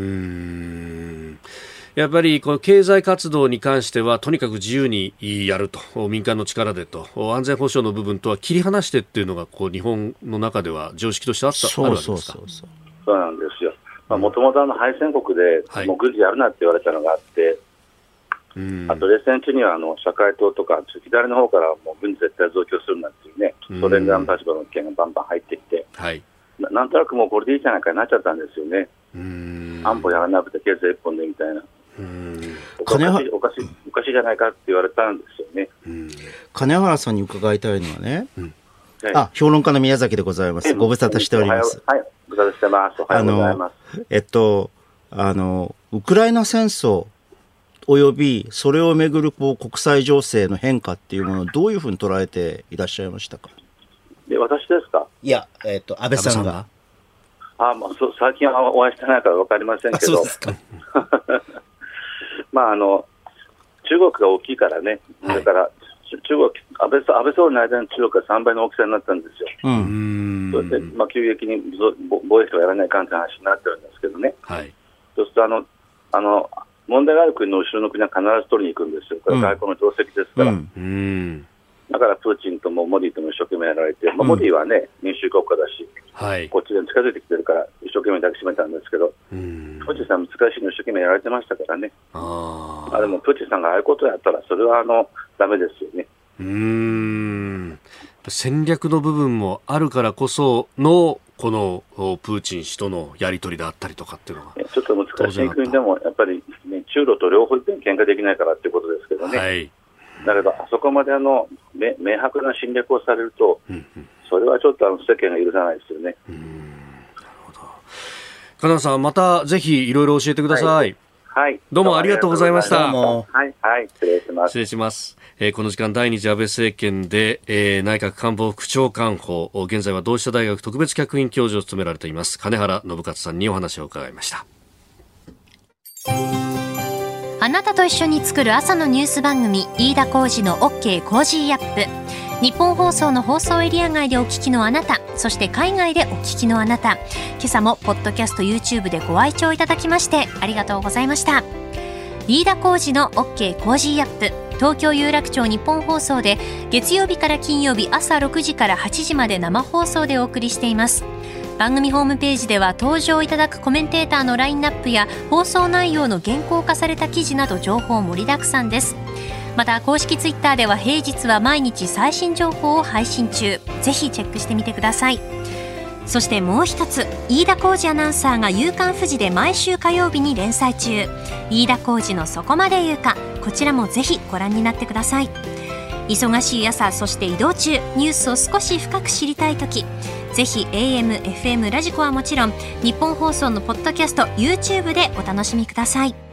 やっぱりこの経済活動に関してはとにかく自由にやると、民間の力でと、安全保障の部分とは切り離してっていうのが日本の中では常識としてあるわけですか？ そうなんですよ。もともと敗戦国で、もう軍事やるなって言われたのがあって、あと冷戦中には社会党とか左の方からもう軍事絶対増強するなんていうね、ソ連側の立場の意見がバンバン入ってきて、なんとなくもうこれでいいじゃないかになっちゃったんですよね。安保やらなくて経済一本でみたいな。おかしいじゃないかって言われたんですよね。 金原さんに伺いたいのはね、 評論家の宮崎でございます。ご無沙汰しております。 はい、ご無沙汰してます。おはようございます。 ウクライナ戦争およびそれをめぐる国際情勢の変化っていうものをどういうふうに捉えていらっしゃいましたか。 私ですか。 いや、安倍さんが。 最近はお会いしてないから分かりませんけど。 そうですか。 まあ中国が大きいからね。だから中国安倍総理の間に中国が3倍の大きさになったんですよ。それで急激に防衛費をやらないかんという話になってるんですけどね。そうすると問題がある国の後ろの国は必ず取りに行くんですよ。これは外交の定石ですから。だからプーチンともモディとも一生懸命やられて、モディはね、民主国家だし、こっちで近づいてきてるから一生懸命抱きしめたんですけど、プーチンさん難しいの一生懸命やられてましたからね。でもプーチンさんがああいうことをやったらそれはダメですよね。 戦略の部分もあるからこそのこのプーチン氏とのやり取りであったりとかっていうのがちょっと難しい国でもやっぱり、ね、中ロと両方いっぺん喧嘩できないからっていうことですけどね。だけどあそこまで明白な侵略をされると、それはちょっと世間が許さないですよね。 なるほど。金田さん、またぜひいろいろ教えてください。どうもありがとうございました。 失礼します。 失礼します。この時間第2次安倍政権で、内閣官房副長官補、現在は同志社大学特別客員教授を務められています金原信勝さんにお話を伺いました。 あなたと一緒に作る朝のニュース番組、飯田浩司の OK コージーアップ。日本放送の放送エリア外でお聞きのあなた、そして海外でお聞きのあなた、今朝もポッドキャスト YouTube でご愛聴いただきましてありがとうございました。飯田浩司の OK コージーアップ、東京有楽町日本放送で月曜日から金曜日朝6時から8時まで生放送でお送りしています。番組ホームページでは登場いただくコメンテーターのラインナップや放送内容の原稿化された記事など情報盛りだくさんです。また公式ツイッターでは平日は毎日最新情報を配信中、ぜひチェックしてみてください。そしてもう一つ、飯田浩司アナウンサーが夕刊フジで毎週火曜日に連載中、飯田浩司のそこまで言うか、こちらもぜひご覧になってください。忙しい朝、そして移動中、ニュースを少し深く知りたいとき、ぜひ AM、FM、ラジコはもちろん日本放送のポッドキャスト YouTube でお楽しみください。